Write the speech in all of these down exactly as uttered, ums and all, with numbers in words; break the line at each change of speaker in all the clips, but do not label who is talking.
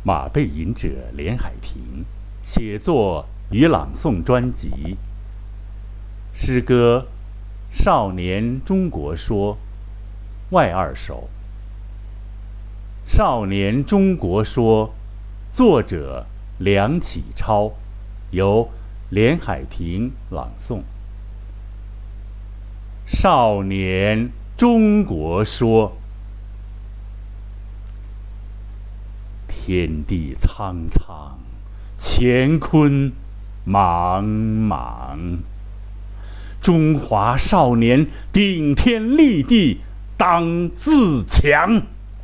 马背吟者连海平写作与朗诵专辑，诗歌《少年中国说》外二首。《少年中国说》作者梁启超，由连海平朗诵。《少年中国说》，天地苍苍，乾坤茫茫。中华少年顶天立地，当自强。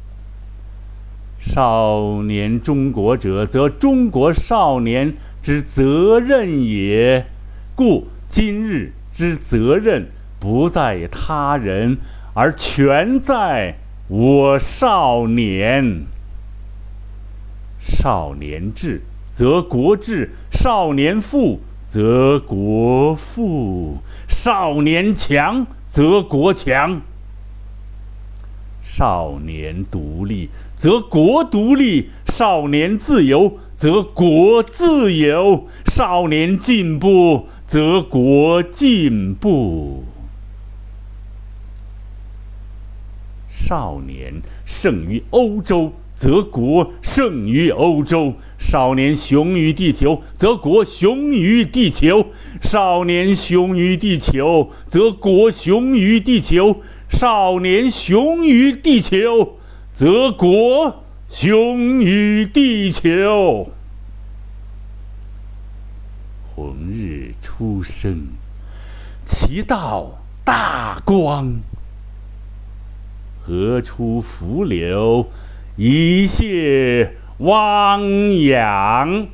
少年中国者，则中国少年之责任也。故今日之责任，不在他人，而全在我少年。少年智，则国智；少年富，则国富；少年强，则国强。少年独立，则国独立；少年自由，则国自由；少年进步，则国进步。少年胜于欧洲，则国胜于欧洲；少年雄于地球，则国雄于地球；少年雄于地球，则国雄于地球；少年雄于地球，则国雄于地球。红日初升，其道大光。河出伏流，一泻汪洋。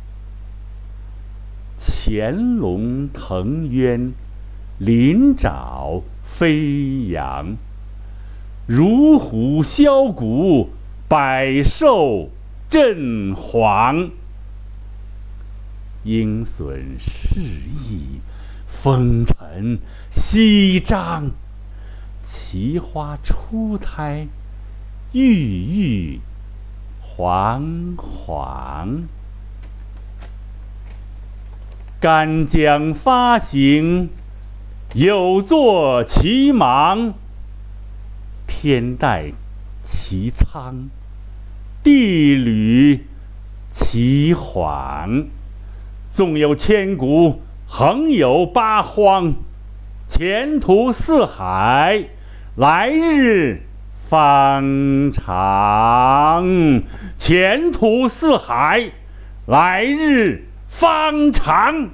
潜龙腾渊，鳞爪飞扬。乳虎啸谷，百兽震惶。鹰隼试翼，风尘翕张。奇花初胎，郁郁皇皇。干将发行，有作其芒。天戴其苍，地履其黄。纵有千古，横有八荒。前途似海，来日方长。前途似海，来日方长。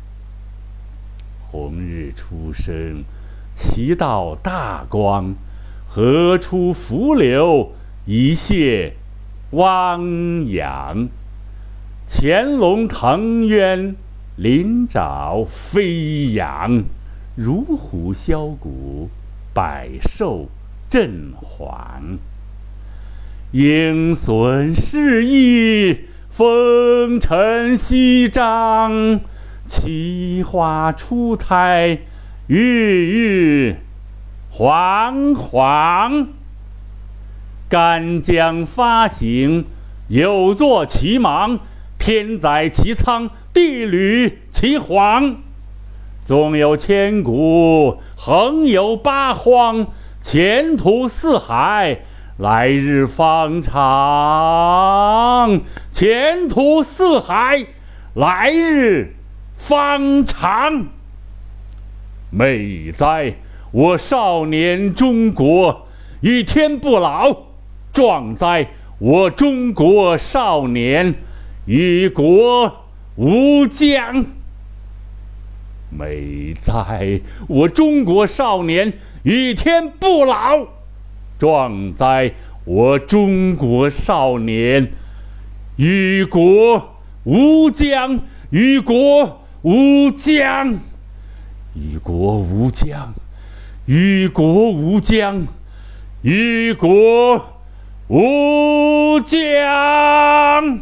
红日初升，其道大光。河出伏流，一泻汪洋。潜龙腾渊，鳞爪飞扬。乳虎啸谷，百兽震惶。鹰隼试翼，风尘翕张。奇花初胎，郁郁皇皇。干将发行，有作其芒。天载其苍，地履其黄。纵有千古，横有八荒。前途似海，来日方长。前途似海，来日方长。美哉，我少年中国，与天不老；壮哉，我中国少年，与国无疆。美哉，我中国少年，与天不老；壮哉，我中国少年，与国无疆。与国无疆，与国无疆，与国无疆，与国无疆。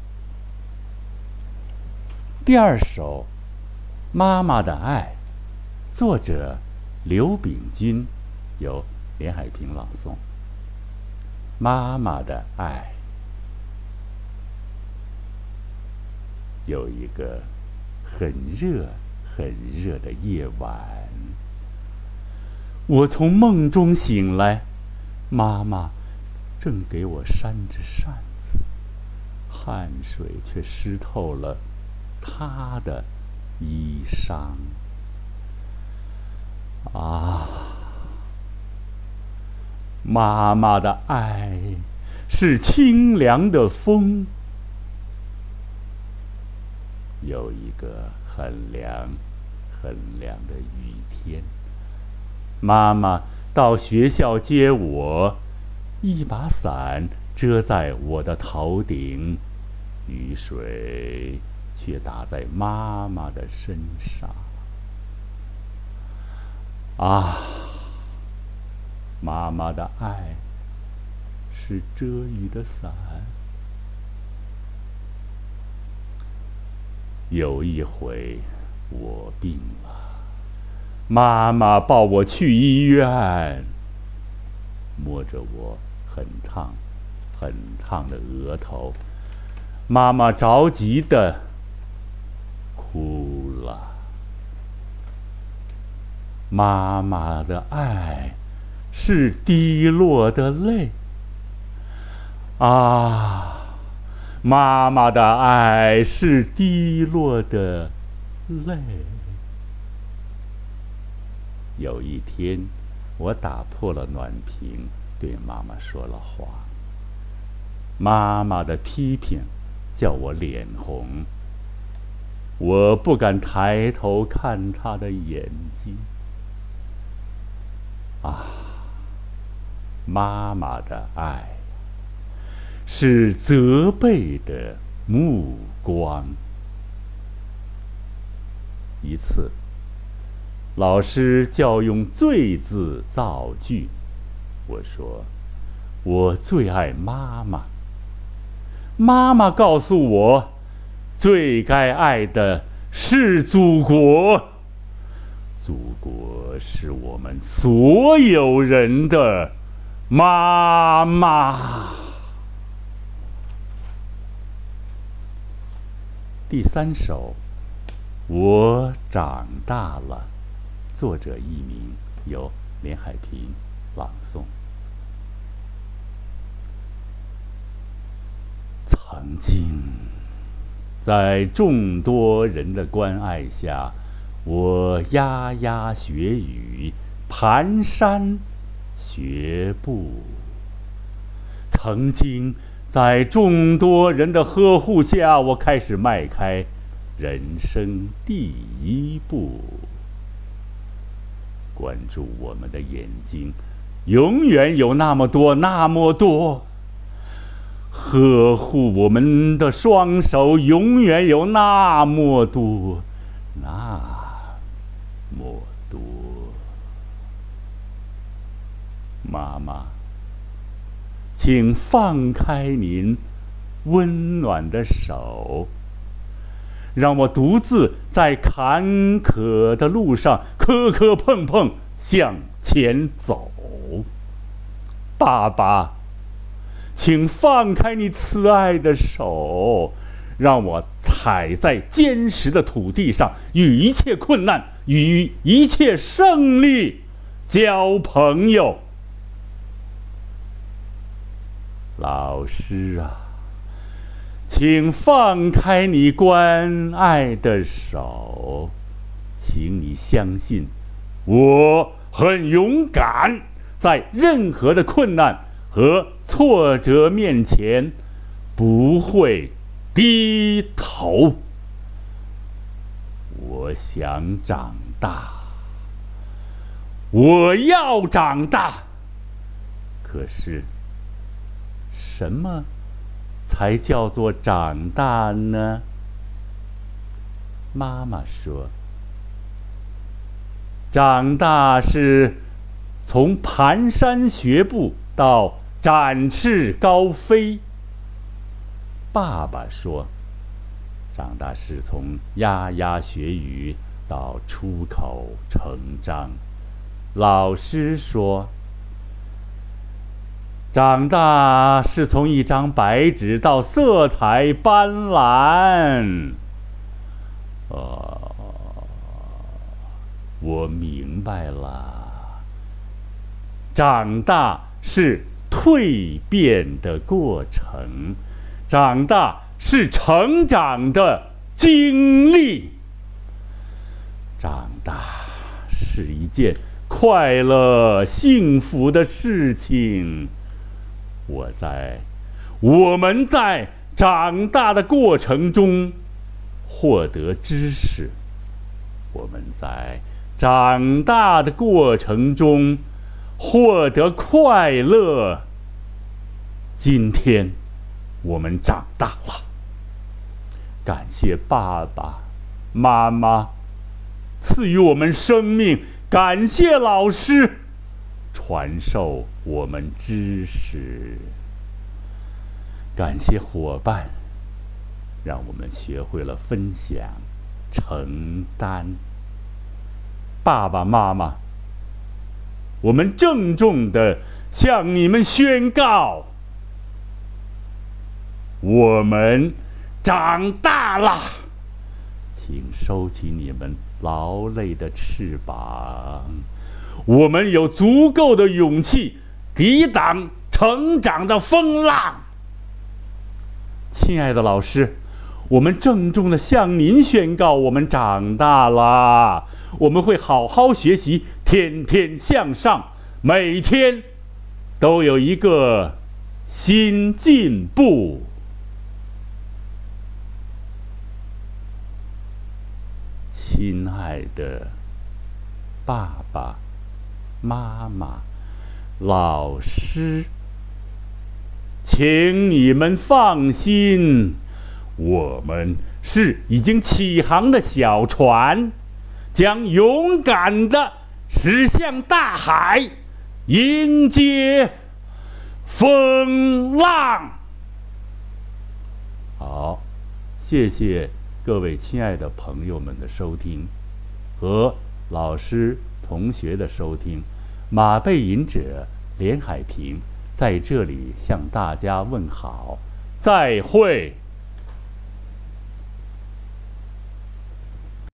第二首《妈妈的爱》，作者刘秉钧，由连海平朗诵。妈妈的爱。 有一个很热很热的夜晚，我从梦中醒来，妈妈正给我扇着扇子，汗水却湿透了她的衣裳。啊，妈妈的爱是清凉的风。有一个很凉很凉的雨天，妈妈到学校接我，一把伞遮在我的头顶，雨水却打在妈妈的身上。啊，妈妈的爱是遮雨的伞。有一回我病了，妈妈抱我去医院，摸着我很烫很烫的额头，妈妈着急地哭了。妈妈的爱是滴落的泪。啊，妈妈的爱是滴落的泪。有一天，我打破了暖瓶，对妈妈说了话。妈妈的批评叫我脸红，我不敢抬头看她的眼睛。啊，妈妈的爱是责备的目光。一次，老师叫用最字造句，我说我最爱妈妈。妈妈告诉我，最该爱的是祖国。祖国是我们所有人的妈妈。第三首，我长大了，作者佚名，由连海平朗诵。曾经，在众多人的关爱下，我牙牙学语，蹒跚学步。曾经，在众多人的呵护下，我开始迈开人生第一步。关注我们的眼睛，永远有那么多那么多；呵护我们的双手，永远有那么多那么多。妈妈，请放开您温暖的手，让我独自在坎坷的路上磕磕碰碰向前走。爸爸，请放开你慈爱的手，让我踩在坚实的土地上，与一切困难与一切胜利交朋友。老师啊，请放开你关爱的手，请你相信，我很勇敢，在任何的困难和挫折面前不会低头。我想长大，我要长大，可是什么才叫做长大呢？妈妈说，长大是从蹒跚学步到展翅高飞。爸爸说，长大是从牙牙学语到出口成章。老师说，长大是从一张白纸到色彩斑斓。 哦，我明白了，长大是蜕变的过程，长大是成长的经历，长大是一件快乐幸福的事情。我在，我们在长大的过程中获得知识，我们在长大的过程中获得快乐。今天我们长大了，感谢爸爸妈妈赐予我们生命，感谢老师传授我们知识，感谢伙伴让我们学会了分享承担。爸爸妈妈，我们郑重地向你们宣告，我们长大了，请收起你们劳累的翅膀，我们有足够的勇气抵挡成长的风浪。亲爱的老师，我们郑重地向您宣告，我们长大了，我们会好好学习，天天向上，每天都有一个新进步。亲爱的爸爸妈妈、老师，请你们放心，我们是已经起航的小船，将勇敢地驶向大海，迎接风浪。好，谢谢各位亲爱的朋友们的收听，和老师同学的收听。马背吟者连海平在这里向大家问好，再会。